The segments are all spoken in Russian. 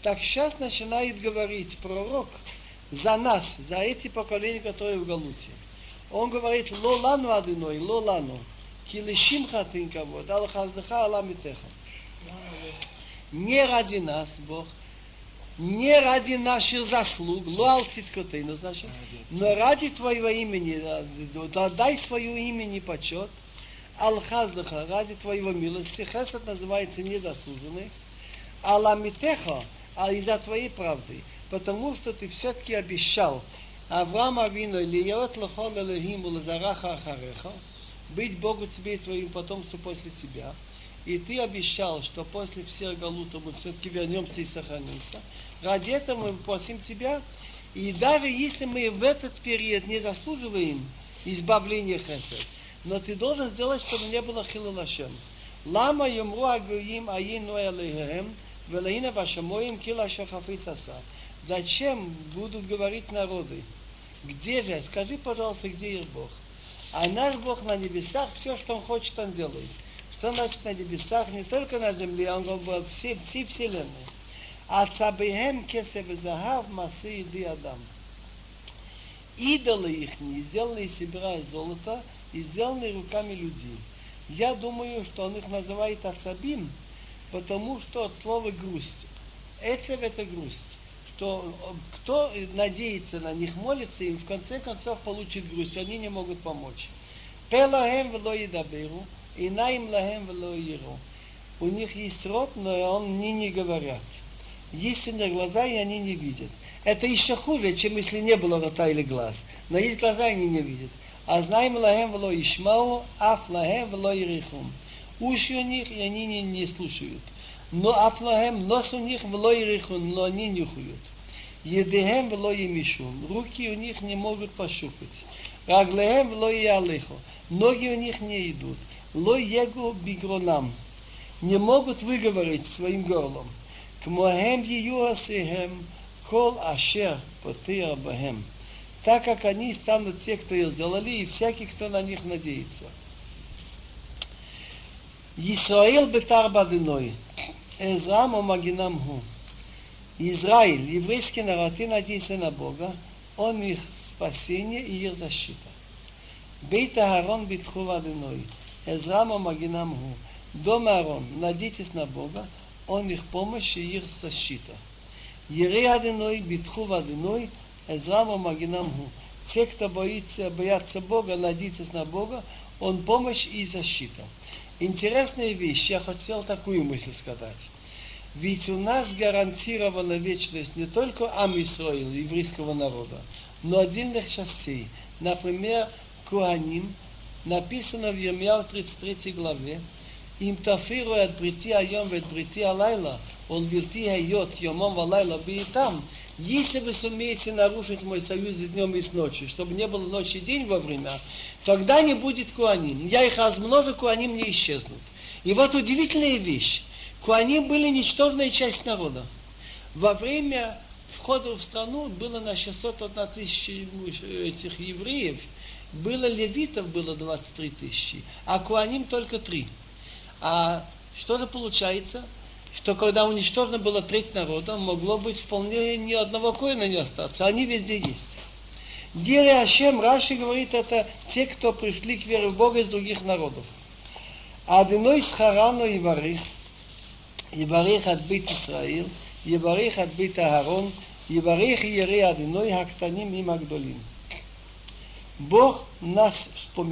Так сейчас начинает говорить пророк за нас, за эти поколения, которые в Галуте. Он говорит, ло лану адиной, ло лану, килишим хатин кавод, ал хаздыха аламитеха. Не ради нас, Бог, не ради наших заслуг, луал циткотейну, значит, но ради твоего имени, дай свое имени почет, ал-хаздыха, ради твоего милости, хесед называется незаслуженный, аламитеха, а из-за твоей правды, потому что ты все-таки обещал Авраам Авину, лиот лохол элохим улазараха ахареха, быть Богу тебе и твоим потомству после тебя. И ты обещал, что после всех галутов мы все-таки вернемся и сохранимся. Ради этого мы просим тебя. И даже если мы в этот период не заслуживаем избавления хесед, но ты должен сделать, чтобы не было хилул Ашем. Лама юмру агуим аину элехем велаина вашамоим кила шахафицаса. Зачем будут говорить народы? Где же? Скажи, пожалуйста, где их Бог? А наш Бог на небесах, все, что Он хочет, Он делает. Что значит на небесах, не только на земле, Он во всей вселенной. А цабихем кесев захав масы еды Адам. Идолы их сделаны из серебра и золота и сделаны руками людей. Я думаю, что он их называет ацабим, потому что от слова грусть. Эцев это грусть. Что кто надеется на них, молится, им в конце концов получит грусть. Они не могут помочь. Пелахем вело едаберу, инаим лахем вело еру. У них есть рот, но они не говорят. Есть у них глаза, и они не видят. Это еще хуже, чем если не было рота или глаз. Но есть глаза, и они не видят. А знаем лахем вело ишмау, аф лахем вело ерихум. Уши у них, и они не слушают. Но афлахем, нос у них вело ерихум, но они нюхают. Едехем вело емишум. Руки у них не могут пощупать. Раглехем вело ялеху. Ноги у них не идут. Ло егу бигронам. Не могут выговорить своим горлом. Кмохем еюасихем кол ашер потир бахем. Так как они станут те, кто их сделали, и всякий, кто на них надеется. Исраил бетар бадиной. Эзрам омагинам ху. Израиль, еврейский народ, и надеется на Бога, он их спасение и их защита. Бейт Аарон битху вадиной. Эзрам омагинам ху. Дом Аарон, надейтесь на Бога, он их помощь и их защита. Ерей адиной битху вадиной. Эзрам омагинам ху. Те, кто боятся Бога, надейтесь на Бога, он помощь и защита. Интересная вещь, я хотел такую мысль сказать. Ведь у нас гарантирована вечность не только Ам Исраил, еврейского народа, но отдельных частей. Например, Коаним, написано в Йермияу 33 главе, «Им тафиру от брити айом вет брити алайла, он вилти айот йомом валайла биитам». Если вы сумеете нарушить мой союз с днем и с ночью, чтобы не было ночи и день во время, тогда не будет Коаним. Я их размножу, Коаним не исчезнут. И вот удивительная вещь. Коаним были ничтожная часть народа. Во время входа в страну было на 601 тысячи этих евреев, было левитов, было 23 тысячи, а Коаним только 3. А что же получается? Что когда уничтожено было треть народа, могло быть вполне ни одного коина не остаться. Они везде есть. Гири Ашем, Раши говорит, это те, кто пришли к вере в Бога из других народов. Адиной схарану Иварих, Иварих от бит Исраил, Иварих от бит Аарон, Иварих и Ерей Адиной хактаним им агдолим. Бог нас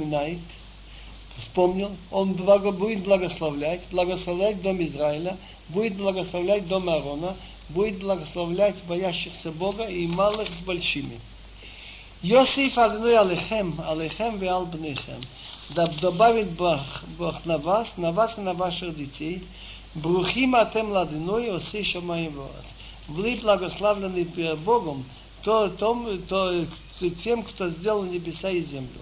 вспомнил, Он будет благословлять дом Израиля, будет благословлять дом Аарона, будет благословлять боящихся Бога и малых с большими. Йосиф адной алехем ве ал бнехем. Да добавит Бог на вас и на ваших детей. Брухим атем ладиной осе шамаим ваат. Вы благословлены перед Богом тем, кто сделал небеса и землю.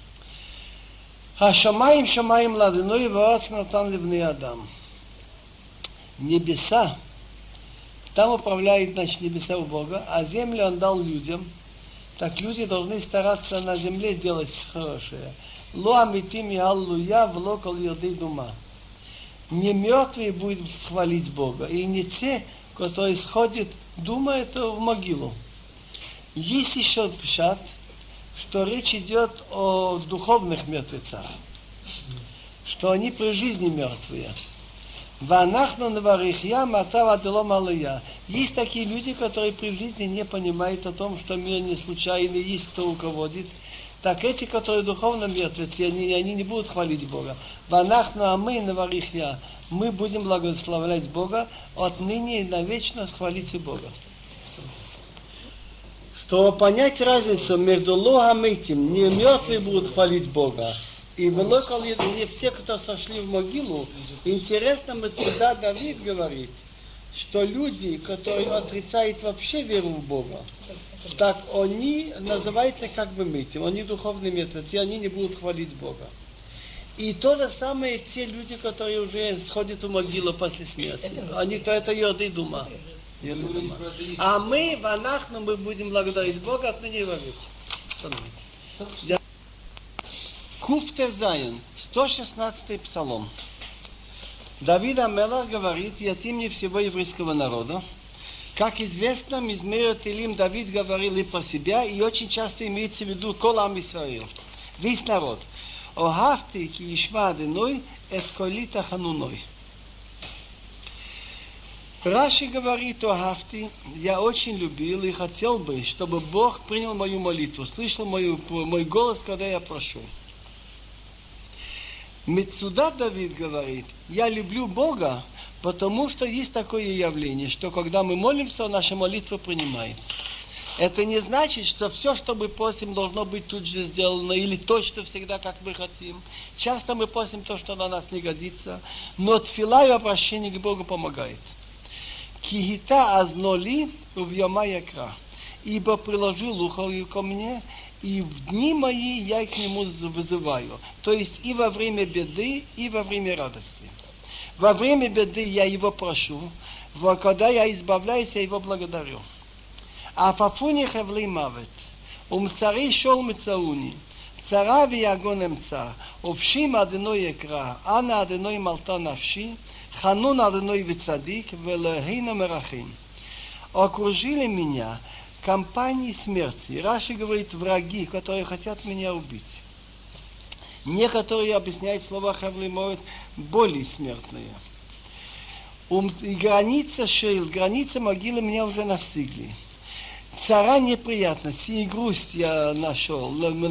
Ашамаим шамаим ладиной ваат натан ливней адам. Небеса, там управляет, значит, небеса у Бога, а землю Он дал людям. Так люди должны стараться на земле делать хорошее. Ло амитим и аллуя в локал ердей дума. Не мертвые будут хвалить Бога, и не те, который сходит, думает в могилу. Есть еще пшат, что речь идет о духовных мертвецах, что они при жизни мертвые. Ванахну наварихья матава аделом алия. Есть такие люди, которые при жизни не понимают о том, что мир не случайный, есть кто руководит. Так эти, которые духовно мертвецы, они не будут хвалить Бога. Ванахну амы наварихья. Мы будем благословлять Бога, отныне и навечно хвалите Бога. Чтобы понять разницу между лохамитим, не мертвые будут хвалить Бога, и не все, кто сошли в могилу, интересно, Мецуда Давид говорит, что люди, которые отрицают вообще веру в Бога, так они называются как бы митим, они духовные мертвецы, они не будут хвалить Бога. И то же самое те люди, которые уже сходят в могилу после смерти, они то это йоды дума. А мы, ванахну, мы будем благодарить Бога отныне и вовек. Куфте Зайн, 116-й псалом. Давид а-Мелах говорит, от имени всего еврейского народа. Как известно, Мизмере Тилим Давид говорил и про себя, и очень часто имеется в виду кол ам Исраил, весь народ. Охавти ки ишма адиной эт колита хануной. Раши говорит о Хафти, я очень любил и хотел бы, чтобы Бог принял мою молитву, слышал мой голос, когда я прошу. Мецуда Давид говорит, я люблю Бога, потому что есть такое явление, что когда мы молимся, наша молитва принимается. Это не значит, что все, что мы просим, должно быть тут же сделано, или точно всегда, как мы хотим. Часто мы просим то, что на нас не годится, но тфила и обращение к Богу помогает. Кихита азноли увьяма якра, ибо приложил ухо ко мне, и в дни мои я к нему вызываю. То есть и во время беды, и во время радости. Во время беды я его прошу, когда я избавляюсь, я его благодарю. А фафуни хевли мавет, умцари шол мецауни, цара виягон эмца, овшим аденой якра, ана аденой малта навши, Ханун Адоной Вицадик, Велохейна Мерахим. Окружили меня компании смерти. Раши говорит, враги, которые хотят меня убить. Некоторые объясняют слова Хавлимоид более смертные. И границы могилы меня уже настигли. Цара неприятности и грусть я нашло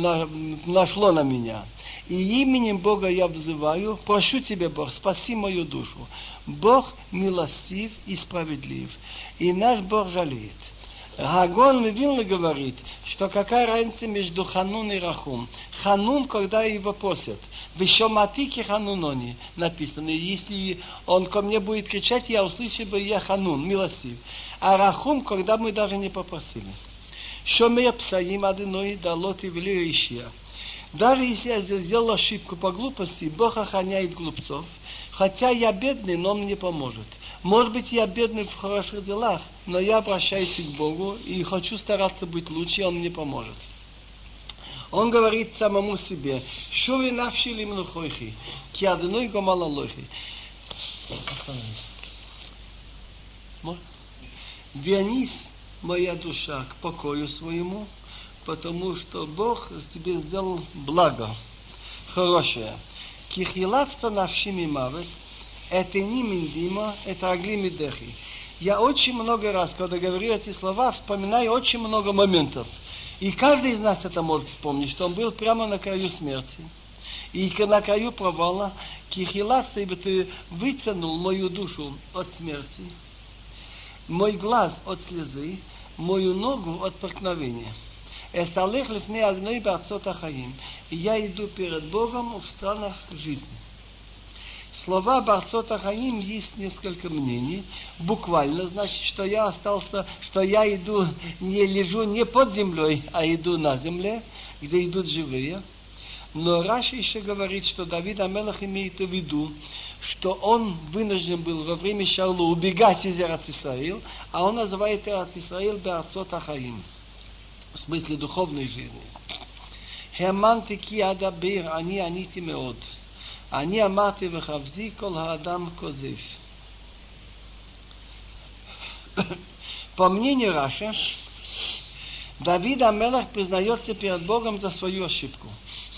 на меня. И именем Бога я взываю, прошу тебя, Бог, спаси мою душу. Бог милостив и справедлив, и наш Бог жалеет. Гагон Вильна говорит, что какая разница между Ханун и Рахум. Ханун, когда его просят, в Шоматике Ханунони написано, если он ко мне будет кричать, я услышу бы, я Ханун, милостив. А Рахум, когда мы даже не попросили. Шомер псаим адыной далот и велю ищия. Даже если я сделал ошибку по глупости, Бог охраняет глупцов. Хотя я бедный, но Он мне поможет. Может быть, я бедный в хороших делах, но я обращаюсь к Богу и хочу стараться быть лучше, и Он мне поможет. Он говорит самому себе, «Шо вы навшили мнухойхи, ки адной гомалалойхи». Вернись, моя душа, к покою своему, потому что Бог тебе сделал благо, хорошее. Кихилатста навшими мавет, это не миндима, это аглими дехи. Я очень много раз, когда говорю эти слова, вспоминаю очень много моментов. И каждый из нас это может вспомнить, что он был прямо на краю смерти. И на краю провала, кихилатста, ибо ты вытянул мою душу от смерти, мой глаз от слезы, мою ногу от проткновения. И я иду перед Богом в странах жизни. Слова Барцот Ахаим есть несколько мнений. Буквально значит, что я остался, что я иду, не лежу не под землей, а иду на земле, где идут живые. Но Раши еще говорит, что Давид а-Мелах имеет в виду, что он вынужден был во время Шаула убегать из Эрец-Исраил, а он называет Эрец-Исраил Барцот Ахаим. В смысле духовной жизни. Хеманти ки адабир, они анити меод. Они амати вехавзи кол хаадам козев. По мнению Раши, Давид а-Мелех признается перед Богом за свою ошибку.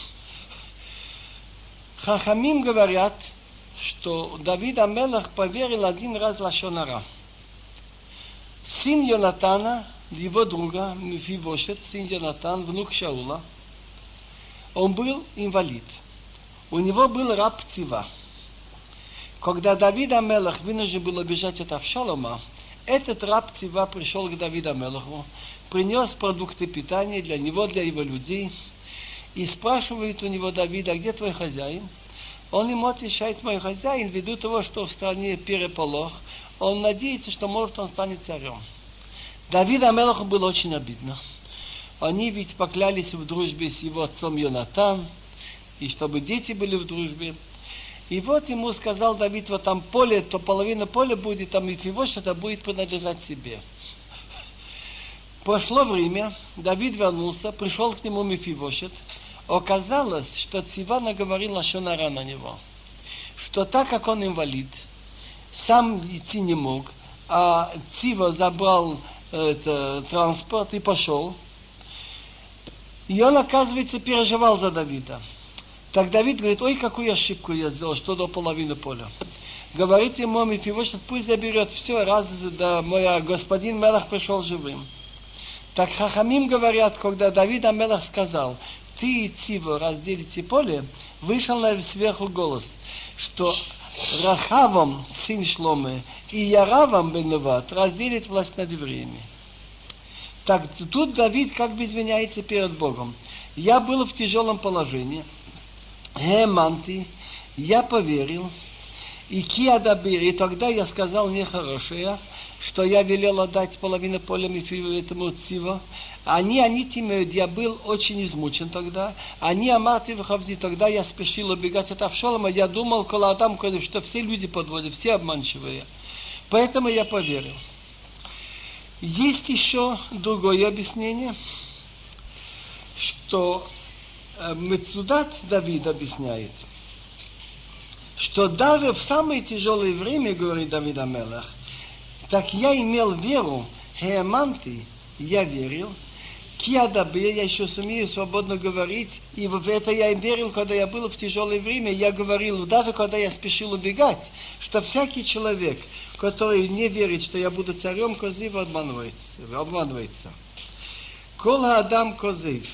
Хахамим говорят, что Давид а-Мелех поверил один раз лашон ара. Сын Йонатана, его друга Мефивошет, сын Йонатан, внук Шаула, он был инвалид. У него был раб Цива. Когда Давид а-Мелех вынужден был убежать от Авшалома, этот раб Цива пришел к Давиду а-Мелеху, принес продукты питания для него, для его людей, и спрашивает у него Давида: где твой хозяин? Он ему отвечает: мой хозяин, ввиду того, что в стране переполох, он надеется, что может он станет царем. Давиду а-Мелеху было очень обидно. Они ведь поклялись в дружбе с его отцом Йонатан, и чтобы дети были в дружбе. И вот ему сказал Давид: вот там поле, то половина поля будет, там Мефивошет, это будет принадлежать себе. Прошло время, Давид вернулся, пришел к нему Мефивошет. Оказалось, что Цива наговорил лашон ара на него, что так как он инвалид, сам идти не мог, а Цива забрал транспорт и пошел. И он, оказывается, переживал за Давида. Так Давид говорит: ой, какую ошибку я сделал, что до половины поля. Говорит ему Мефивошет: пусть заберет все, раз да мой господин Мелех пришел живым. Так Хахамим говорят, когда Давид а-Мелех сказал: ты и Цива разделите поле, вышел сверху голос, что Рахавам, сын Шломе, и Яравам бен Неват разделит власть над евреями. Так тут Давид как бы извиняется перед Богом. Я был в тяжелом положении, Геманти, я поверил, и Киадабир, и тогда я сказал нехорошее, что я велел отдать половину поля этому Цива. Они тимеют, я был очень измучен тогда. Они амарти вхавзи, тогда я спешил убегать от Авшалома. Я думал, кола Адам, что все люди подводят, все обманчивые. Поэтому я поверил. Есть еще другое объяснение, что Мецудат Давид объясняет, что даже в самое тяжелое время, говорит Давид а-Мелех, так я имел веру, Хеаманти, я верил, Киадабе, я еще сумею свободно говорить, и в это я им верил, когда я был в тяжелое время, я говорил, даже когда я спешил убегать, что всякий человек, который не верит, что я буду царем, козив обманывается. Кола Адам козив.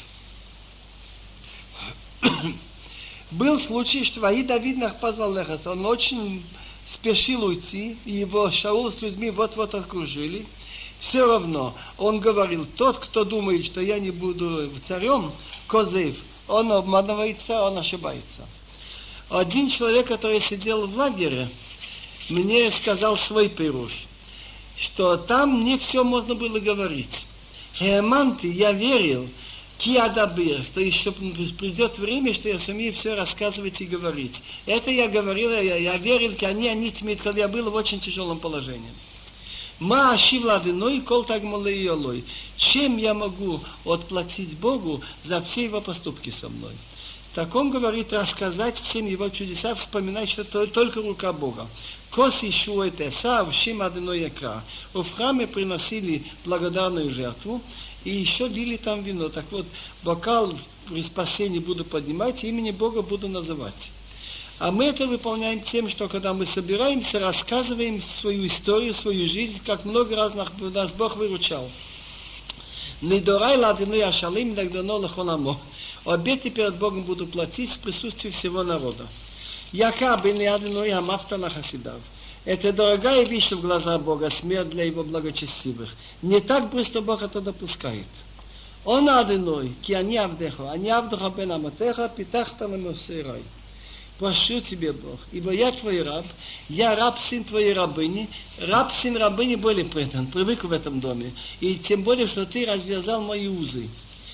Был случай, что Ваи Давид нахпазал лехас, он очень спешил уйти, и его Шаул с людьми вот-вот окружили. Все равно он говорил: тот, кто думает, что я не буду царем, козев, он обманывается, он ошибается. Один человек, который сидел в лагере, мне сказал свой пируш, что там не все можно было говорить. Хеаманти, я верил, Киадабир, что еще придет время, что я сумею все рассказывать и говорить. Это я говорил, я верил, они тьмит, когда я был в очень тяжелом положении. Ма ашив ладыной, кол тагмалей йолой. Чем я могу отплатить Богу за все его поступки со мной? Так он говорит, рассказать всем его чудеса, вспоминать, что это только рука Бога. Кос ищу это сав, шим адыной якра. В храме приносили благодарную жертву, и еще лили там вино. Так вот, бокал при спасении буду поднимать, имени Бога буду называть. А мы это выполняем тем, что когда мы собираемся, рассказываем свою историю, свою жизнь, как много раз нас Бог выручал. Недорай ладыной ашалим дагдано лахонамо. Обеты перед Богом буду платить в присутствии всего народа. Яка бен адыной амафтала хасидав. Это дорогая вещь в глазах Бога, смерть для его благочестивых. Не так быстро Бог это допускает. Он адыной, ки ани авдеха бен аматеха, питахта ламусейрай. Прошу тебе, Бог, ибо я твой раб, я раб, сын твоей рабыни, раб, сын рабыни более предан, привык в этом доме, и тем более, что ты развязал мои узы.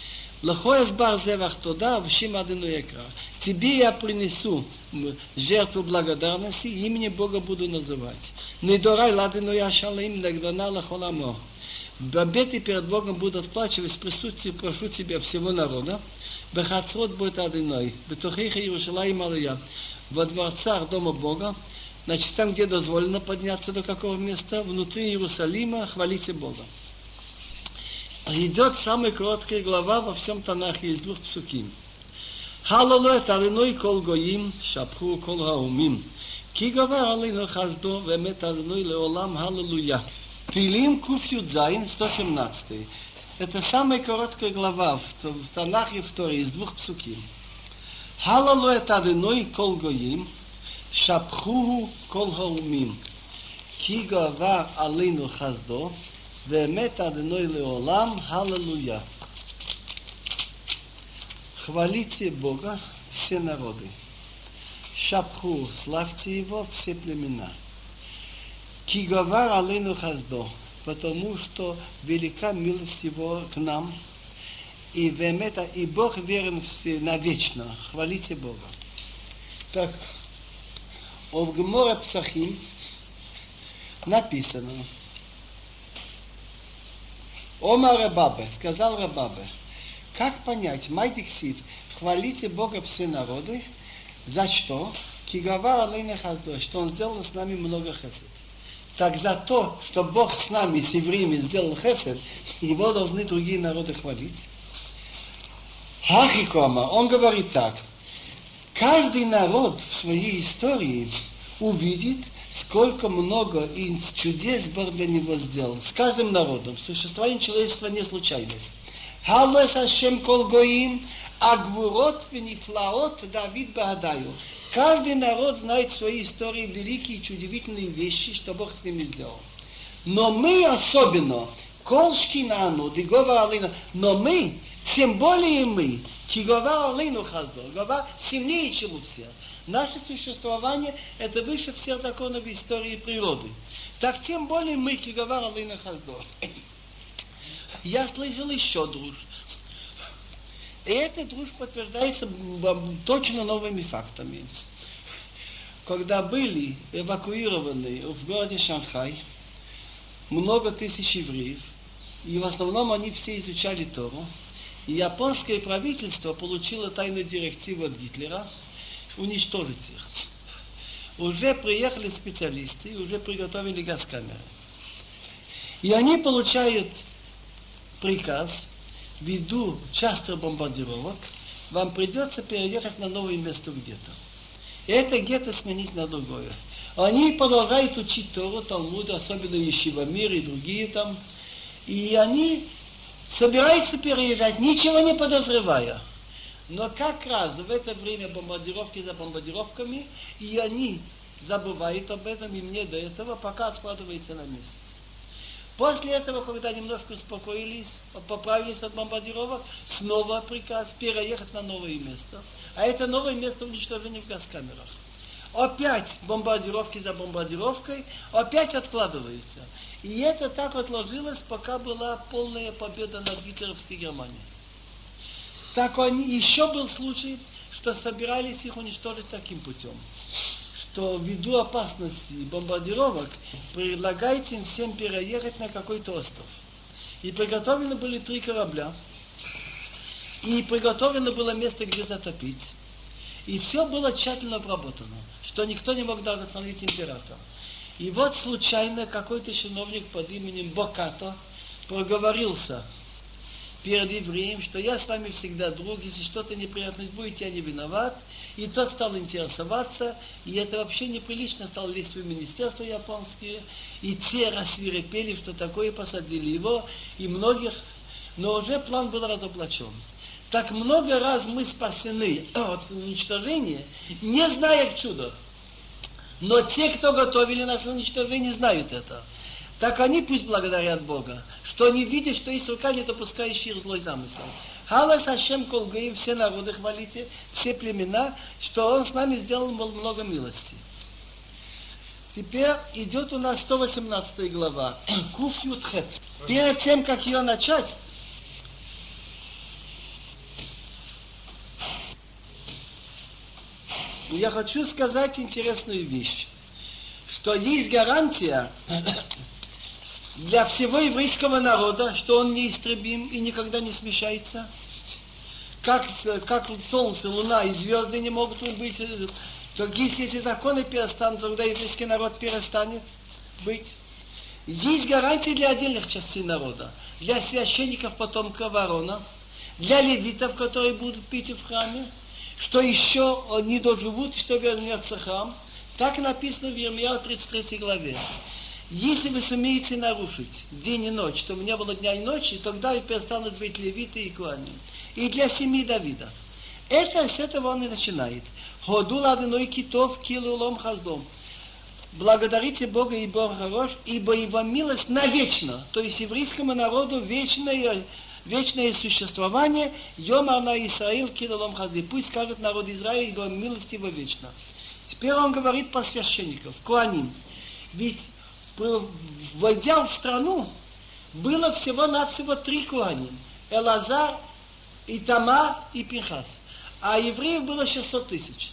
Тебе я принесу жертву благодарности, имени Бога буду называть. Обеты перед Богом буду отплачивать в присутствии, прошу тебя, всего народа. Бехацрот будет адыной, бетухиха Иерушалаим алия, во дворцах дома Бога, Значит, там, где дозволено подняться до какого места, внутри Иерусалима, хвалите Бога. Идет самая короткая глава во всем Танахе из 2 псуким. Халалу эт Адонай кол гоим, шапху кол хаумим. Ки гавар алейну хаздо, вемет Адонай леолам, халалуя. Тилим куф юдзайн, 117. Это самая короткая глава в Танахе в Торе из 2 псуким. Халалу эт Адонай кол гоим, шапху кол хаумим. Ки гавар алейну хаздо, вемет Адонай леолам, халалуя. Хвалите Бога все народы. Шапху, славьте Его все племена. Ки гавар алейну хаздо, потому что велика милость Его к нам. И вемета, и Бог верен навечно. Хвалите Бога. Так, в Геморе Псахим написано. Омар Рабабе, сказал Рабабе, как понять, Майдиксив, хвалите Бога все народы, за что? Кигава алейна хаздо, что Он сделал с нами много хесед. Так за то, что Бог с нами, с евреями, сделал хесед, Его должны другие народы хвалить. Хахикома, он говорит так, каждый народ в своей истории увидит, сколько много чудес Бог для него сделал. С каждым народом. Существование человечества не случайность. Халлес Ашем кол гоим, агвурот венифлаот Давид баадаю. Каждый народ знает в своей истории великие и удивительные вещи, что Бог с ними сделал. Но мы особенно, кол шкинану, дигова алейну, но мы, тем более мы, кигова алейну хаздо, гова сильнее, чем у всех. Наше существование – это выше всех законов истории природы. Так тем более мы, кигова алейну хаздо. Я слышал еще дружь. И эта дружь подтверждается точно новыми фактами. Когда были эвакуированы в городе Шанхай много тысяч евреев, и в основном они все изучали Тору, и японское правительство получило тайную директиву от Гитлера уничтожить их. Уже приехали специалисты, уже приготовили газкамеры. И они получают приказ, ввиду частых бомбардировок, вам придется переехать на новое место где-то. И это где-то сменить на другое. Они продолжают учить Тору, Талмуд, особенно Ешива Мир и другие там. И они собираются переезжать, ничего не подозревая. Но как раз в это время бомбардировки за бомбардировками, и они забывают об этом, и мне до этого, пока откладывается на месяц. После этого, когда немножко успокоились, поправились от бомбардировок, снова приказ переехать на новое место. А это новое место уничтожения в газкамерах. Опять бомбардировки за бомбардировкой, опять откладывается. И это так отложилось, пока была полная победа над гитлеровской Германией. Так еще был случай, что собирались их уничтожить таким путем, что ввиду опасности бомбардировок предлагается им всем переехать на какой-то остров. И приготовлены были 3 корабля, и приготовлено было место, где затопить. И все было тщательно обработано, что никто не мог даже остановить императора. И вот случайно какой-то чиновник под именем Бокато проговорился перед евреем, что я с вами всегда друг, если что-то неприятность будет, я не виноват. И тот стал интересоваться, и это вообще неприлично, стал лезть в министерство японские, и те рассвирепели, что такое, посадили его, и многих, но уже план был разоблачен. Так много раз мы спасены от уничтожения, не зная чуда. Но те, кто готовили наше уничтожение, знают это. Так они пусть благодарят Бога, что они видят, что есть рука, не допускающая злой замысел. Халас Ашем кол гоим, все народы хвалите, все племена, что Он с нами сделал много милости. Теперь идет у нас 118 глава, Куф Ютхет. Перед тем, как ее начать, я хочу сказать интересную вещь, что есть гарантия для всего еврейского народа, что он неистребим и никогда не смещается. Как солнце, луна и звезды не могут быть то если эти законы перестанут, тогда еврейский народ перестанет быть. Есть гарантии для отдельных частей народа. Для священников, потомков Аарона, для левитов, которые будут пить в храме, что еще они доживут, что вернется храм. Так написано в Иеремии 33 главе. Если вы сумеете нарушить день и ночь, чтобы не было дня и ночи, тогда и перестанут быть левиты и коаним. И для семьи Давида. С этого он и начинает. Ходу ладыной китов килулом хаздом. Благодарите Бога и Бог хорош, ибо его милость навечно. То есть еврейскому народу вечное существование. Йомар на Исраил килулом хазды. Пусть скажет народ Израиля, его милость его вечна. Теперь он говорит про священников, коаним. Ведь войдя в страну, было всего-навсего 3 коаним. Элазар, Итамар и Пинхас. А евреев было 600 тысяч.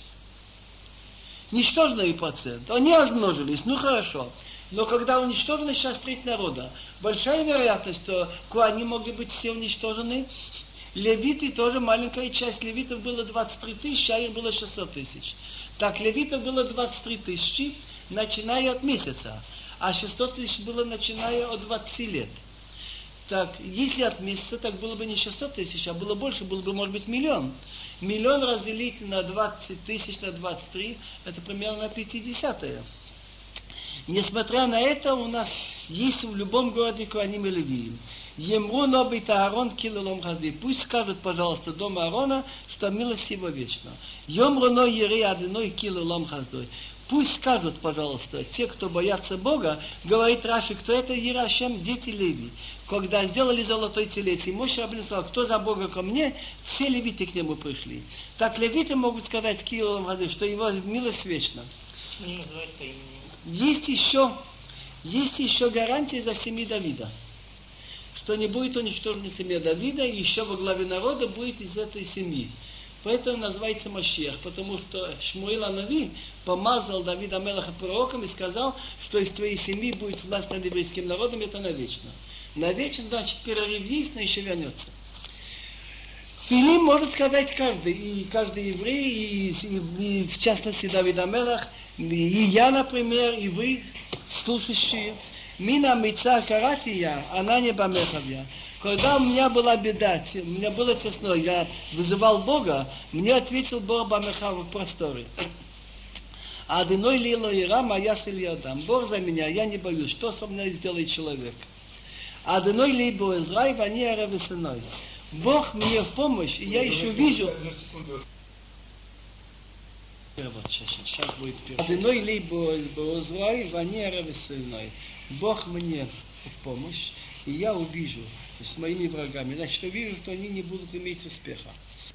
Ничтожный процент. Они размножились, ну хорошо. Но когда уничтожено сейчас треть народа, большая вероятность, что коаним могли быть все уничтожены. Левиты тоже, маленькая часть левитов было 23 тысячи, а их было 600 тысяч. Так, левитов было 23 тысячи, начиная от месяца. А 600 тысяч было начиная от 20 лет. Так, если от месяца, так было бы не 600 тысяч, а было больше, было бы, может быть, миллион. Миллион разделить на 20 тысяч, на 23, это примерно на 50-е. Несмотря на это, у нас есть в любом городе коаним и левиим. Емру нобит Аарон килулом хази. Пусть скажут, пожалуйста, дом Аарона, что милость его вечна. Емру но ери адыной килулом хаздой. Пусть скажут, пожалуйста, те, кто боятся Бога, говорит Раши, кто это Ерашем, дети Леви. Когда сделали золотой телец, и Моше Рабейну сказал, кто за Бога ко мне, все левиты к нему пришли. Так левиты могут сказать килулом хаздой, что его милость вечна. Не называть по имени. Есть еще гарантия за семьи Давида, что не будет уничтожена семья Давида, и еще во главе народа будет из этой семьи. Поэтому называется Машиах, потому что Шмуил Анави помазал Давида Мелаха пророком и сказал, что из твоей семьи будет власть над еврейским народом, это навечно. Навечно, значит, перерыв есть, но еще вернется. Филим может сказать каждый, и каждый еврей, и в частности Давид ха-Мелах, и я, например, и вы, слушающие. Мина мица карати я, она не бамехавья. Когда у меня была беда, у меня было тесно, я вызывал Бога, мне ответил Бог бамехав в просторе. Адыной лило ира, моя сильядам. Бог за меня, я не боюсь, что со мной сделает человек. Адыной либо Израиль, вани арабисыной. Бог мне в помощь, и я еще вижу. Вот, сейчас будет вперед. Адыной либо Израиль, вани арабисыной. Бог мне в помощь, и я увижу с моими врагами. Значит, увижу, что они не будут иметь успеха.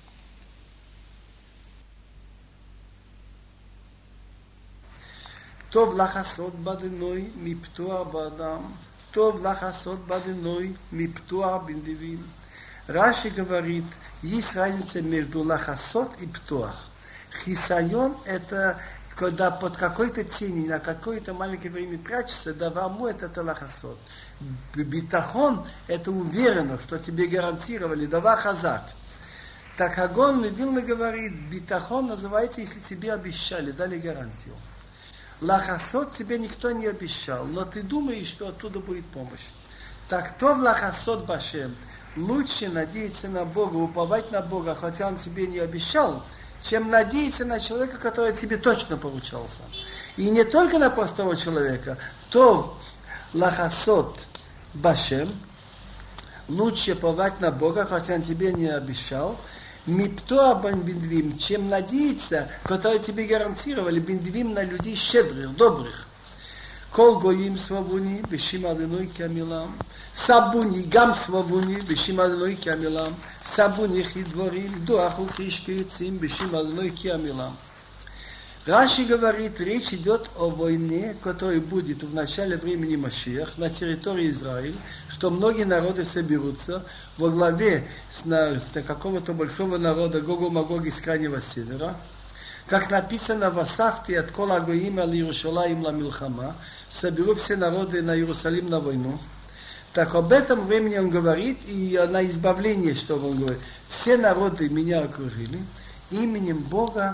טוב לחסות בדנוי מפתוח באדם, טוב לחסות בדנוי מפתוח בנדיבים. Раши говорит, есть разница между лахасот и птуах. Хисайон – это когда под какой-то тенью, на какое-то маленькое время прячешься, даваму – это лахасот. Битахон – это уверенно, что тебе гарантировали, дава хазак. Так Агон Вилна говорит, битахон называется, если тебе обещали, дали гарантию. Лахасот тебе никто не обещал, но ты думаешь, что оттуда будет помощь. Так то в лахасот башем. Лучше надеяться на Бога, уповать на Бога, хотя Он тебе не обещал, чем надеяться на человека, который тебе точно поручался. И не только на простого человека. То лахасот башем. Лучше уповать на Бога, хотя Он тебе не обещал. Мипто бендвим, чем надеяться, которые тебе гарантировали, бендвим на людей щедрых, добрых. Кол гоим свавуни, бешим адыной камилам. Сабуни гам свавуни, бешим адыной камилам. Сабуни хидворим, дуаху кишкицим, бешим адыной камилам. Раши говорит, речь идет о войне, которая будет в начале времени Машиах на территории Израиля, что многие народы соберутся во главе с какого-то большого народа Гогу-Магоги с крайнего севера. Как написано в Асафте от Кола Гоим ал Иерушалаим ла Милхама, соберу все народы на Иерусалим на войну. Так об этом времени он говорит, и на избавление, что он говорит. Все народы меня окружили, именем Бога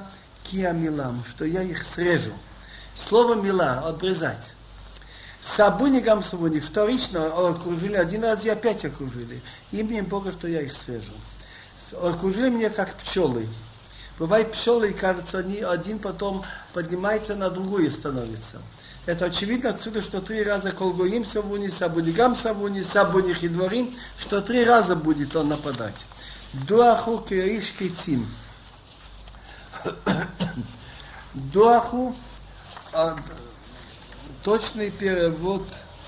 киамилам, что я их срежу. Слово мила, обрезать. Сабуни гамсабуни, вторично окружили, один раз и опять окружили. Именем Бога, что я их срежу. Окружили меня как пчелы. Бывает пчелы, и кажется, они один потом поднимается, на другую становится. Это очевидно отсюда, что 3 раза колгоим сабуни, сабунигам сабуни, сабуни хидворим, что 3 раза будет он нападать. Дуаху кириш кицим. Дуаху, точный перевод,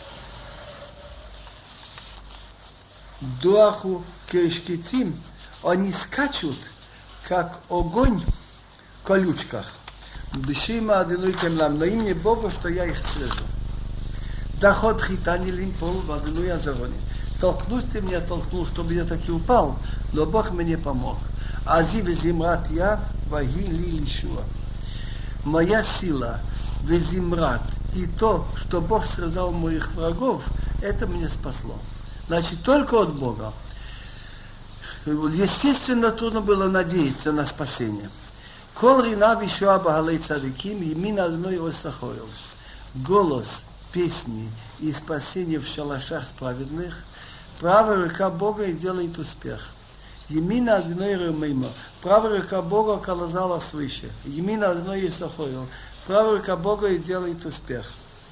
дуаху кириш кицим, они скачут, как огонь в колючках. Бешима адиной кемлам, но имя Бога, что я их срежу. Доход хитани лимпол в адиной азароне. Толкнуть ты меня толкнул, чтобы я таки упал, но Бог мне помог. Ази везимрат я, ваги ли лишуа. Моя сила, везимрат, и то, что Бог срезал моих врагов, это мне спасло. Значит, только от Бога. Естественно, трудно было надеяться на спасение. Кол рина вишуа багалей цадиким, емин адной осахоил. Голос, песни и спасение в шалашах праведных, правая рука Бога и делает успех. Емин адной ремейма, правая рука Бога колозала свыше. Емин адной осахоил, правая рука Бога и делает успех.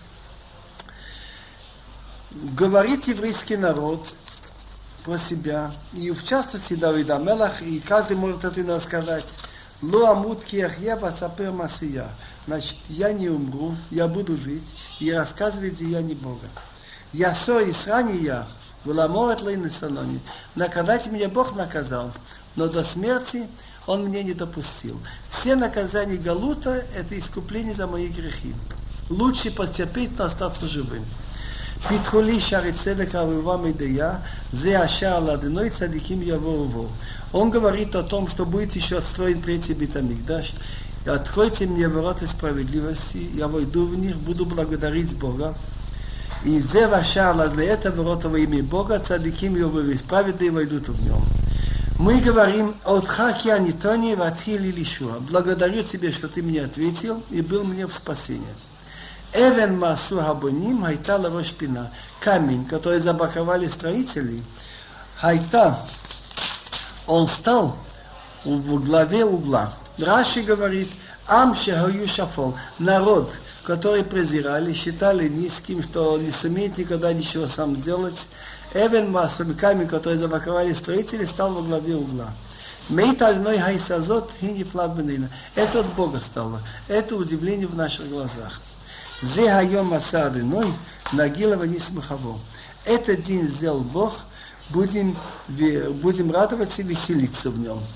Говорит еврейский народ про себя, и в частности Давид ха-Мелах, и каждый может это рассказать. Ло амут ки ахья васапер масия. Значит, я не умру, я буду жить и рассказывать деяния Бога. Я со и срани я, вламорет лейны санони. Наказать меня Бог наказал, но до смерти Он мне не допустил. Все наказания Галута – это искупление за мои грехи. Лучше потерпеть, но остаться живым. Питхули шари цедек алувам идея, зе ашар ладеной цадиким яворуво. Он говорит о том, что будет еще отстроен 3-й Бейт-Микдаш. Откройте мне ворота справедливости, я войду в них, буду благодарить Бога. И зе вашар ладне, это ворота во имя Бога, цадиким яворуво, праведные войдут в нем. Мы говорим, отхаки анитони ватхили лишуа. Благодарю тебе, что ты мне ответил и был мне в спасении. Эвен масу хабоним хайта лавош пина. Камень, который забраковали строители, хайта, он стал в главе угла. Раши говорит, ам шехаю шафол, народ, который презирали, считали низким, что не сумеет никогда ничего сам сделать. Эвен масу, камень, который забраковали строители, стал во главе угла. Мейта одной хайсазот хини флабенина. Это от Бога стало. Это удивление в наших глазах. Зе хайом асады ной, нагилова не смехово. Этот день сделал Бог, будем радоваться и веселиться в нем.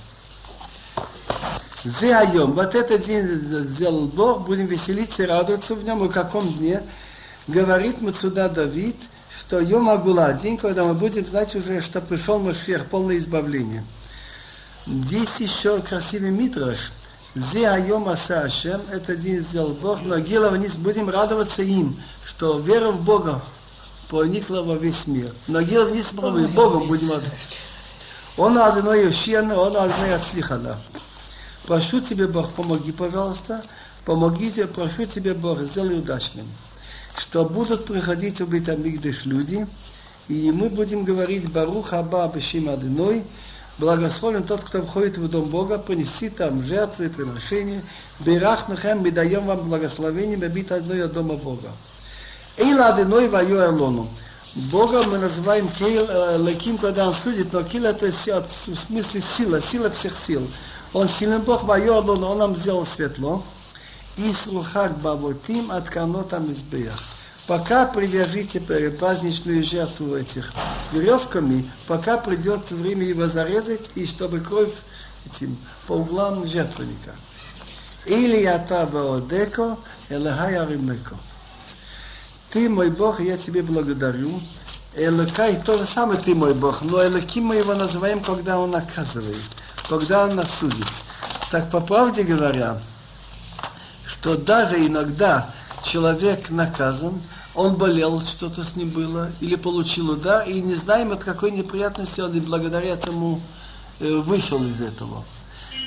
Зе хайом, вот этот день сделал Бог, будем веселиться и радоваться в нем. И в каком дне? Говорит Мацуда Давид, что Йом Агула, день, когда мы будем знать уже, что пришел Машиах, полное избавление. Здесь еще красивый мидраш. Зе айом аса Ашем, это день сделал Бог, но Гила вниз будем радоваться им, что вера в Бога проникла во весь мир. Но Гила вниз Богом будем радоваться. Он одной ощущение, он одной отслихана. Прошу тебе, Бог, помоги, пожалуйста, помогите, прошу тебе, Бог, сделай удачным. Что будут приходить в Бейт-Микдаш люди, и мы будем говорить Барух Аба Бешим Адиной, благословен тот, кто входит в дом Бога, принести там жертвы, приношения. Бирах Мехем, мы даем вам благословение, бит одной от дома Бога. Эйла Адиной ваю Элону. Бога мы называем Кейл Леким, когда он судит, но Кейл это в смысле сила всех сил. Он сильный Бог, ваю Элону, он нам сделал светло. Исрухак бавотим от канота мизбеях. Пока привяжите праздничную жертву этих веревками, пока придет время его зарезать, и чтобы кровь этим по углам жертвенника. Или ята ваодеко, элехай аримеко. Ты мой Бог, я тебе благодарю. Элокай, то же самое ты мой Бог, но Элоким мы его называем, когда он наказывает, когда он нас судит. Так по правде говоря, что даже иногда человек наказан, он болел, что-то с ним было, или получил удар, и не знаем, от какой неприятности он и благодаря этому вышел из этого.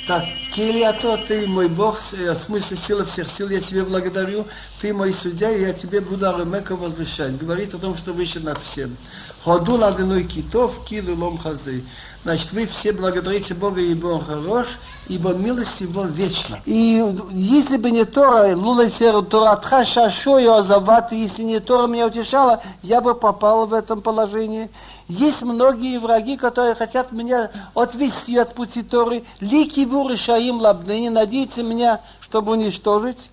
Так, Килиато, ты мой Бог, в смысле сила всех сил, я тебе благодарю, ты мой судья, и я тебе буду Арамека возвышать. Говорит о том, что выше над всем. Ходу ладыной китов, килу лом хаздей. Значит, вы все благодарите Бога, ибо Он хорош, ибо милость Его вечна. И если бы не Тора, лулайсеру Торатха шашою азават, если не Тора меня утешала, я бы попал в этом положении. Есть многие враги, которые хотят меня отвести от пути Торы. Лики вуры шаим лабныни, надеются меня, чтобы уничтожить.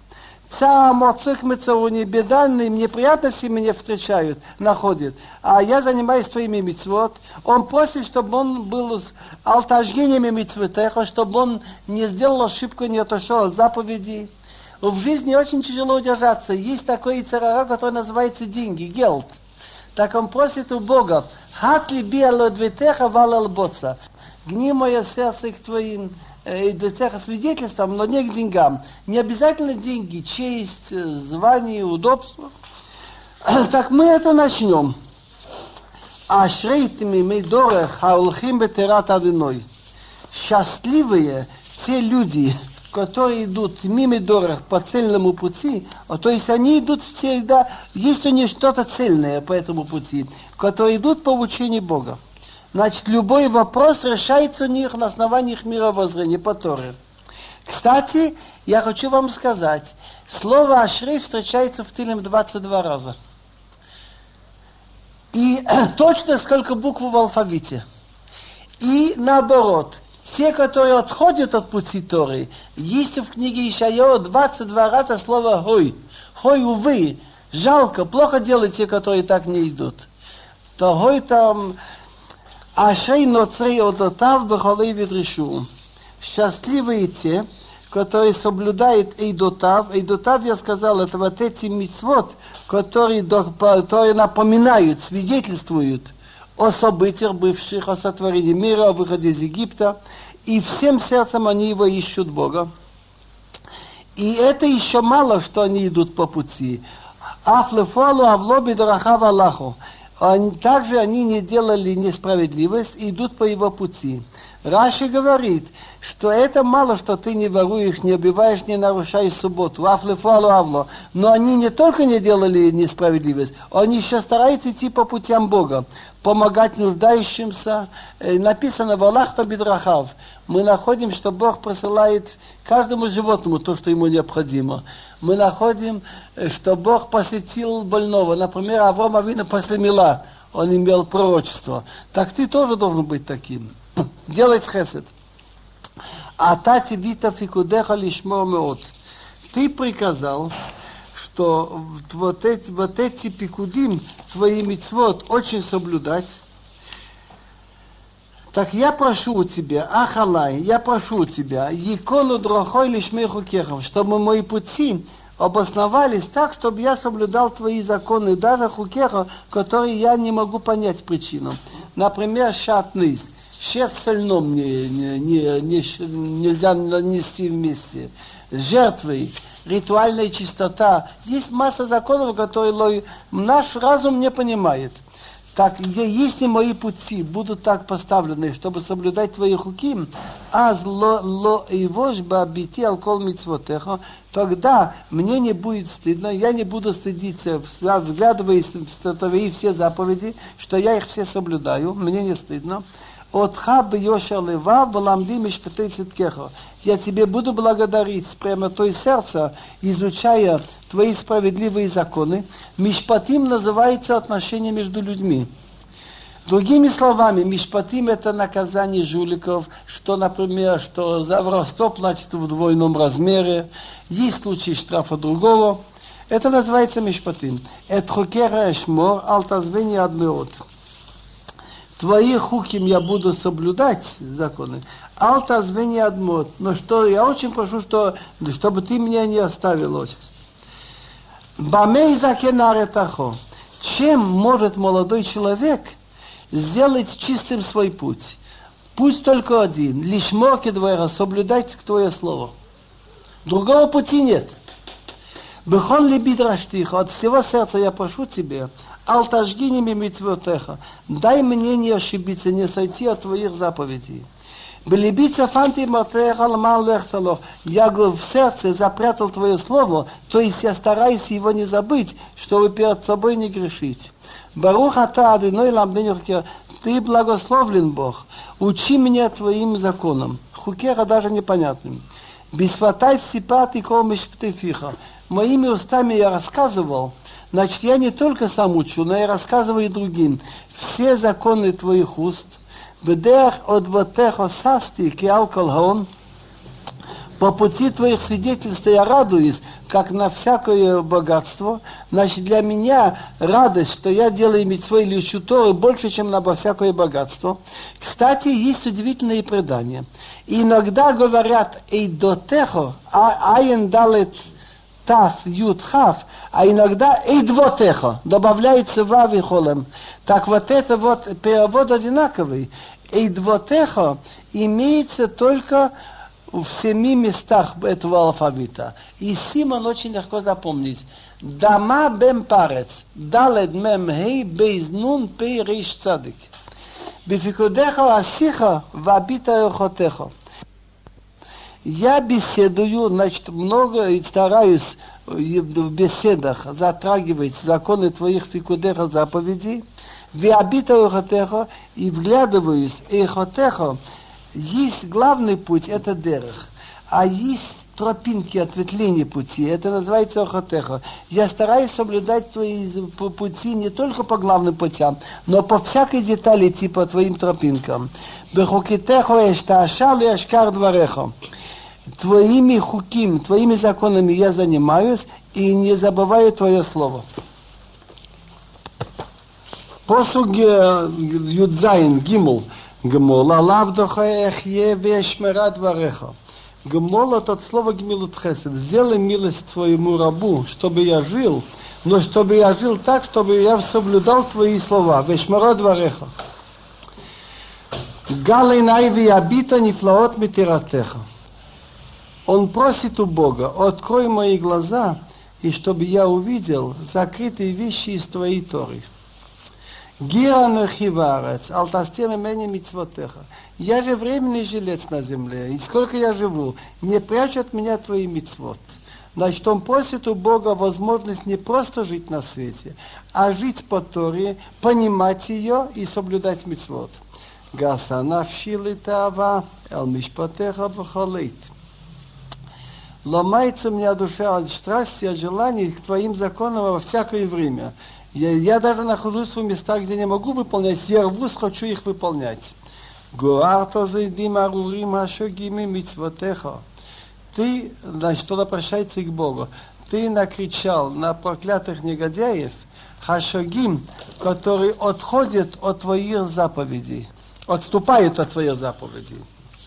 Беданные неприятности меня встречают, находят. А я занимаюсь своими мицвот. Он просит, чтобы он был с алтажгениями мицвотеха, чтобы он не сделал ошибку, не отошел от заповедей. В жизни очень тяжело удержаться. Есть такой ицерара, который называется деньги, гелд. Так он просит у Бога, «Хатли биалодвитеха валалбоца». Гни мое сердце к твоим и до цеха свидетельством, но не к деньгам. Не обязательно деньги, честь, звание, удобство. Так мы это начнем. Ашрейтми мейдорех хаулхим бетерат адыной. Счастливые те люди, которые идут мимо дорог по цельному пути, то есть они идут всегда, есть у них что-то цельное по этому пути, которые идут по учению Бога. Значит, любой вопрос решается у них на основании их мировоззрения по Торе. Кстати, я хочу вам сказать, слово «ашрей» встречается в Тилем 22 раза. И точно сколько букв в алфавите. И наоборот, те, которые отходят от пути Торы, есть в книге Ишайяу 22 раза слово «хой». «Хой, увы, жалко, плохо делают те, которые так не идут». То «хой» там... Ашей ноцрей одотав бехолей видрешу. Счастливые те, которые соблюдают эйдотав. Эйдотав, я сказал, это вот эти мицвот, которые напоминают, свидетельствуют о событиях бывших, о сотворении мира, о выходе из Египта. И всем сердцем они его ищут Бога. И это еще мало, что они идут по пути. Афлефолу авлоби дарахав Аллаху. Также они не делали несправедливость и идут по его пути. Раши говорит, что это мало, что ты не воруешь, не убиваешь, не нарушаешь субботу. Авло. Но они не только не делали несправедливость, они еще стараются идти по путям Бога, помогать нуждающимся. Написано в Аллахта бидрахав. Мы находим, что Бог присылает каждому животному то, что ему необходимо. Мы находим, что Бог посетил больного. Например, Авраам Авину после Мила, он имел пророчество. Так ты тоже должен быть таким. Делать хесед. А тати вита фикудеха лишмо меот. Ты приказал, что вот эти пикудим, твои мицвот, очень соблюдать. Так я прошу у тебя, Ахалай, я прошу у тебя, Якону дрохой лишмей хукехов, чтобы мои пути обосновались так, чтобы я соблюдал твои законы, даже хукеха, которые я не могу понять причину. Например, шатныс. Шест с сольном нельзя нести вместе. Жертвы, ритуальная чистота. Есть масса законов, которые наш разум не понимает. Так, если мои пути будут так поставлены, чтобы соблюдать твои хуки, тогда мне не будет стыдно, я не буду стыдиться, вглядываясь в твои все заповеди, что я их все соблюдаю, мне не стыдно. Я тебе буду благодарить с прямотой сердца, изучая твои справедливые законы. Мишпатим называется отношение между людьми. Другими словами, мишпатим это наказание жуликов, что, например, что за воровство платят в двойном размере, есть случаи штрафа другого. Это называется мишпатим. Эт хукера эшмор алтазвени адмеот. Твои хуким я буду соблюдать законы. Алтазвени адмот. Но что я очень прошу, чтобы ты меня не оставил. Бамей закенаретахо. Чем может молодой человек сделать чистым свой путь? Путь только один. Лишь морки двоера, соблюдать твое слово. Другого пути нет. Бехон либид раштиха. От всего сердца я прошу тебя. Алтажгиними митцвотеха. Дай мне не ошибиться, не сойти от твоих заповедей. Белибица фанти мотехалмал лехталох. Я в сердце запрятал твое слово, то есть я стараюсь его не забыть, чтобы перед собой не грешить. Барух ата адиной ламдени хукеха. Ты благословлен, Бог. Учи меня твоим законам. Хукеха даже непонятным. Бисватай сипат и кол мишптефиха. Моими устами я рассказывал. Значит, я не только сам учу, но и рассказываю другим. Все законы твоих уст. Бедех от вотеха састи киалкалхон. По пути твоих свидетельств я радуюсь, как на всякое богатство. Значит, для меня радость, что я делаю мицвой или учу Торы больше, чем на всякое богатство. Кстати, есть удивительные предания. Иногда говорят «эйдотехо», «айн далет тав ют хав», а иногда «эйдвотехо», добавляется «вав» и «холем». Так вот это вот перевод одинаковый. «Эйдвотехо» имеется только в 7 местах этого алфавита. И Симон очень легко запомнить. Дама бем парец, далед мем хей, бейз нун пей рейш цадик. Бификудеха асиха вабита эхотеха. Я беседую, значит, много и стараюсь в беседах затрагивать законы твоих фикудеха заповедей. Вабита эхотеха и вглядываюсь эхотеха. Есть главный путь, это дерех, а есть тропинки ответвления пути, это называется охотеха. Я стараюсь соблюдать твои пути не только по главным путям, но по всякой детали, типа твоим тропинкам. Бехукитехо эштаашал и ашкар двореха. Твоими хуким, твоими законами я занимаюсь и не забываю твое слово. Посуг Юдзайн, Гимл. Гмол, алавдоха эхе вешмера двореха. Гмол это от слова гмилут хесед. Сделай милость твоему рабу, чтобы я жил, но чтобы я жил так, чтобы я соблюдал твои слова. Вешмера двореха. Галей найви абита нифлаот митиратеха. Он просит у Бога: открой мои глаза, и чтобы я увидел закрытые вещи из твоей Торы. Гиранахиварец, алтастем имени мицвотеха. Я же временный жилец на земле, и сколько я живу, не прячь от меня твои мицвот. Значит, он просит у Бога возможность не просто жить на свете, а жить по Торе, понимать ее и соблюдать мицвот. Гаса навшили тава, эл мишпотеха бахалит. Ломается у меня душа от страсти, от желаний к твоим законам во всякое время. Я даже нахожусь в местах, где не могу выполнять, я рвусь, хочу их выполнять. Гуарто зайдим арурим ашогими мицвотеха. Ты, значит, он обращается к Богу. Ты накричал на проклятых негодяев, хашогим, которые отходят от твоих заповедей, отступают от твоих заповедей.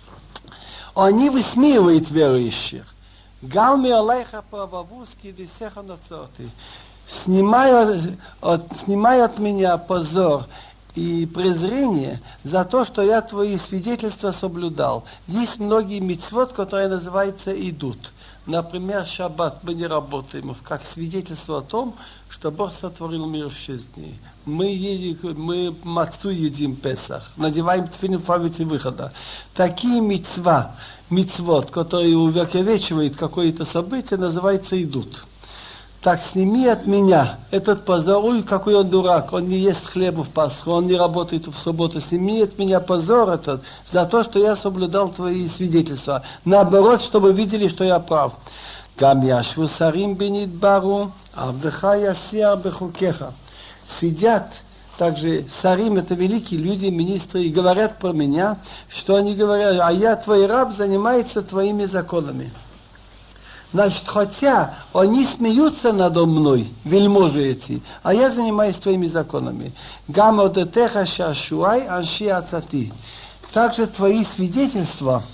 Они высмеивают верующих. Галми алейха правовузки десеха нацорты. Снимай от меня позор и презрение за то, что я твои свидетельства соблюдал. Есть многие мицвот, которые называются идут. Например, шаббат мы не работаем, как свидетельство о том, что Бог сотворил мир в 6 дней. Мы мацу едим Песах, надеваем тфилин в памяти выхода. Такие мицвот, которые увековечивают какое-то событие, называется идут. Так сними от меня этот позор. Ой, какой он дурак, он не ест хлеба в Пасху, он не работает в субботу. Сними от меня позор этот за то, что я соблюдал твои свидетельства. Наоборот, чтобы видели, что я прав. Гам яшву сарим бенидбару, авдеха ясия бехукеха. Сидят также сарим, это великие люди, министры, и говорят про меня, что они говорят: а я, твой раб, занимается твоими законами. Значит, хотя они смеются надо мной, вельможи эти, а я занимаюсь твоими законами. Гамодетеха шашуай анши ацати. Также твои свидетельства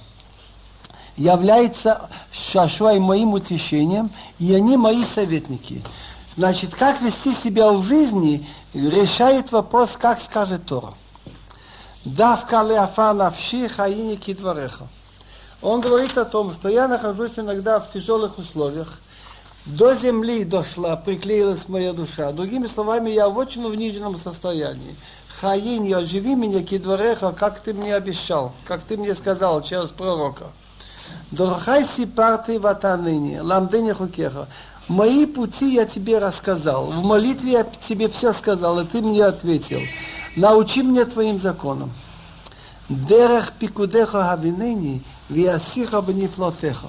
являются шашуай моим утешением, и они мои советники. Значит, как вести себя в жизни, решает вопрос, как скажет Тора. Давка леафа навши хаини кидвареха. Он говорит о том, что я нахожусь иногда в тяжелых условиях. До земли дошла, приклеилась моя душа. Другими словами, я в очень униженном состоянии. Хаини, оживи меня, кидвареха, как ты мне обещал, как ты мне сказал через пророка. Дорхай сипарты ватаныни, ламдыни хукеха. Мои пути я тебе рассказал. В молитве я тебе все сказал, и ты мне ответил. Научи меня твоим законам. Дерех пикудеха хавинени, виасиха бнифлотеха.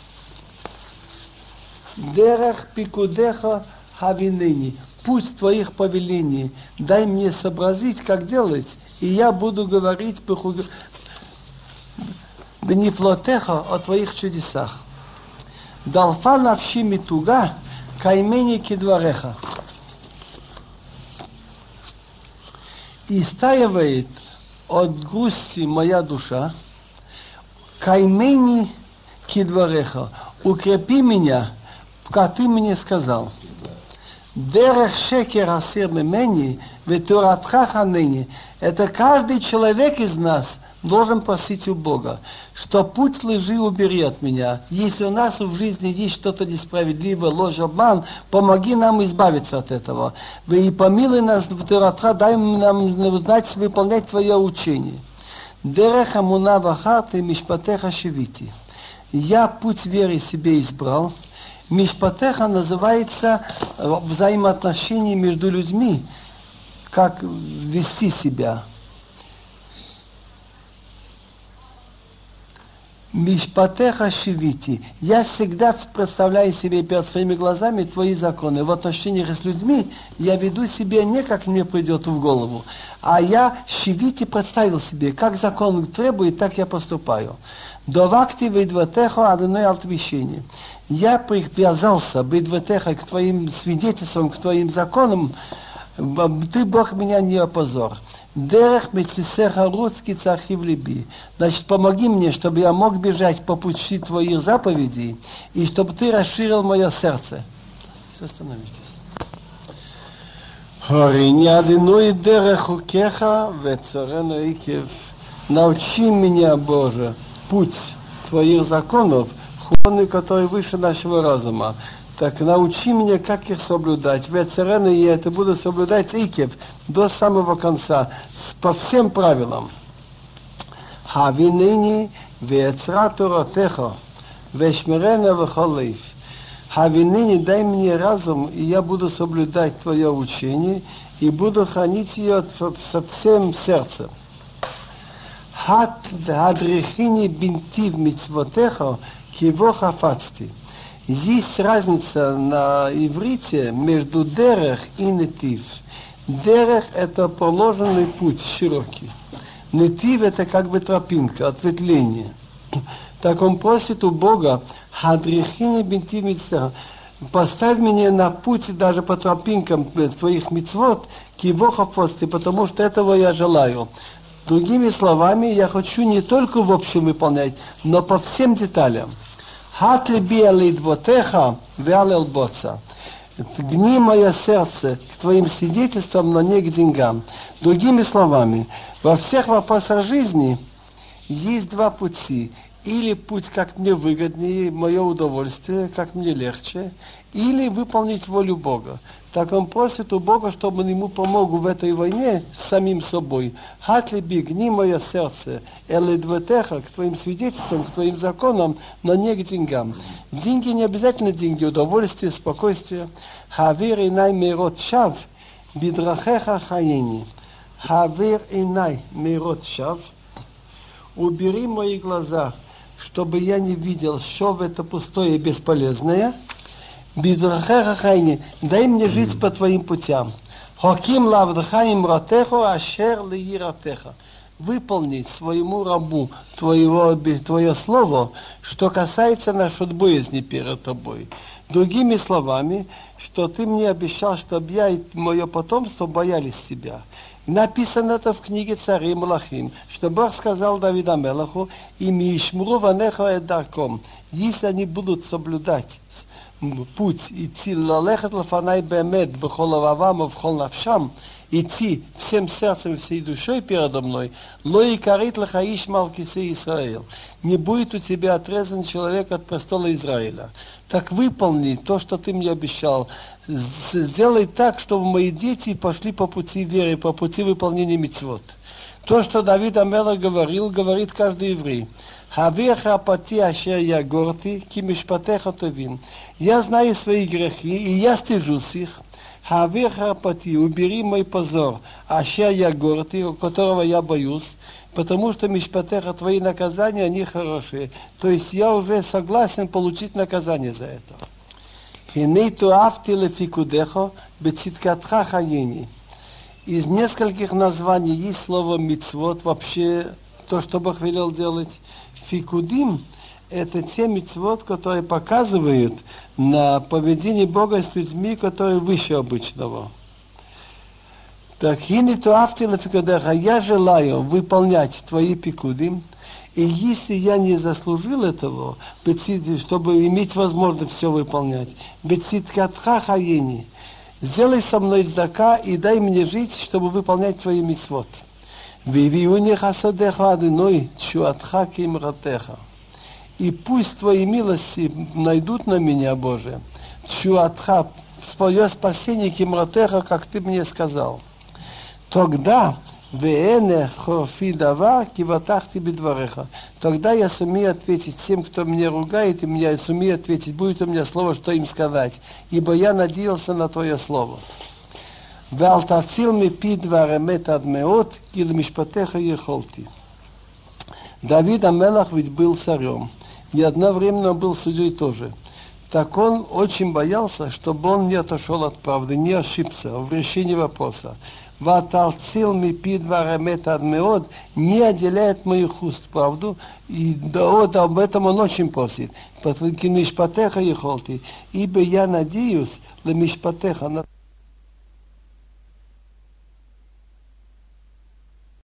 Дерех пикудеха хавинени. Путь твоих повелений. Дай мне сообразить, как делать, и я буду говорить бнифлотеха о твоих чудесах. Далфа навши митуга, каймени кидвареха. Истаивает от грусти моя душа, каймени кидвареха. Укрепи меня, как ты мне сказал. Дерех шекер асир мемени, ветуратха ханени. Это каждый человек из нас должен просить у Бога, что путь лжи убери от меня. Если у нас в жизни есть что-то несправедливое, ложь, обман, помоги нам избавиться от этого. Вы и помилуй нас, дай нам знать, выполнять Твое учение. Дерех амуна вахарты мишпатеха шевити. Я путь веры себе избрал. Мишпатеха называется взаимоотношения между людьми, как вести себя. Мишпатеха шивити. Я всегда представляю себе перед своими глазами твои законы. В отношениях с людьми я веду себя не как мне придет в голову, а я шивити представил себе, как закон требует, так я поступаю. Довакти бейдватеха адоной алтвищение. Я привязался бейдватеха к твоим свидетельствам, к твоим законам. Ты, Бог, меня не опозор. Дерех мецвисеха русский цархив либи. Значит, помоги мне, чтобы я мог бежать по пути твоих заповедей, и чтобы ты расширил мое сердце. Остановитесь. Научи меня, Боже, путь твоих законов, который выше нашего разума. Так научи меня, как их соблюдать. Вецерена, и я это буду соблюдать икев до самого конца, по всем правилам. Хавинени вецра торатеха, вешмерена вехолев. Хавинени, дай мне разум, и я буду соблюдать твое учение, и буду хранить ее со всем сердцем. Хадрихини бинтив мицвотеха, киво хафацти. Есть разница на иврите между дерех и нетив. Дерех – это проложенный путь, широкий. Нетив – это как бы тропинка, ответвление. Так он просит у Бога, «Хадрихини бинтив мицвотеха». Поставь меня на путь даже по тропинкам твоих мицвот, кивохафости, потому что этого я желаю. Другими словами, я хочу не только в общем выполнять, но по всем деталям. Хат либи алидвотеха веалел боца. Гни мое сердце к твоим свидетельствам, но не к деньгам. Другими словами, во всех вопросах жизни есть два пути. Или путь, как мне выгоднее, мое удовольствие, как мне легче, или выполнить волю Бога. Так он просит у Бога, чтобы он ему помог в этой войне с самим собой. Хатлиби, гни мое сердце, эледватеха, к твоим свидетельствам, к твоим законам, но не к деньгам. Деньги не обязательно деньги, удовольствие, спокойствие. Хавир инай мирот шав, бидрахеха хаени. Хавир инай мирот шав. Убери мои глаза, чтобы я не видел, что это пустое и бесполезное. Бидрахеха хайни, дай мне жить по твоим путям. Хоким лавдхаим ратехо ашер лииратеха. Выполнить своему рабу твое слово, что касается нашей боязни перед тобой. Другими словами, что ты мне обещал, чтобы я и мое потомство боялись тебя. Написано это в книге Царей Малахим, что Бог сказал Давиду Мелаху, «И мишмру ванеха эдарком», если они будут соблюдать путь идти лалехат лафанай бемет бехол ававам вхол навшам, идти всем сердцем и всей душой передо мной, лои карит лахаиш малкисе Исраил. Не будет у тебя отрезан человек от престола Израиля. Так выполни то, что ты мне обещал. Сделай так, чтобы мои дети пошли по пути веры, по пути выполнения мицвот. То, что Давид Амелах говорил, говорит каждый еврей. Хавеха пати ашер я горти, ки мишпатеха товин. Я знаю свои грехи, и я стыжусь их. Хавеха пати, убери мой позор, ашер я горти, у которого я боюсь, потому что мишпатеха, твои наказания, они хорошие. То есть я уже согласен получить наказание за это. Хиней туавти лефикудехо, бециткатха хаени. Из нескольких названий есть слово мицвот, вообще то, что Бог велел делать. Фикудим – это те мицвот, которые показывают на поведение Бога с людьми, которые выше обычного. Так, хини туавти лефикудеха, я желаю выполнять твои пикудим, и если я не заслужил этого, чтобы иметь возможность все выполнять, бециткатха хаени, сделай со мной цдака и дай мне жить, чтобы выполнять твои мицвот. И пусть твои милости найдут на меня, Боже, чуатха, твое спасение кимратеха, как ты мне сказал. Тогда тогда я сумею ответить тем, кто меня ругает, и я сумею ответить, будет у меня слово, что им сказать, ибо я надеялся на твое слово. Давид Амелах ведь был царем, и одновременно был судьей тоже. Так он очень боялся, чтобы он не отошел от правды, не ошибся в решении вопроса. Ваталцил ми пидваремет адмеод, не отделяет моих уст правду, и об этом он очень просит. Потому что мишпатеха ехолти, ибо я надеюсь на мишпатеха,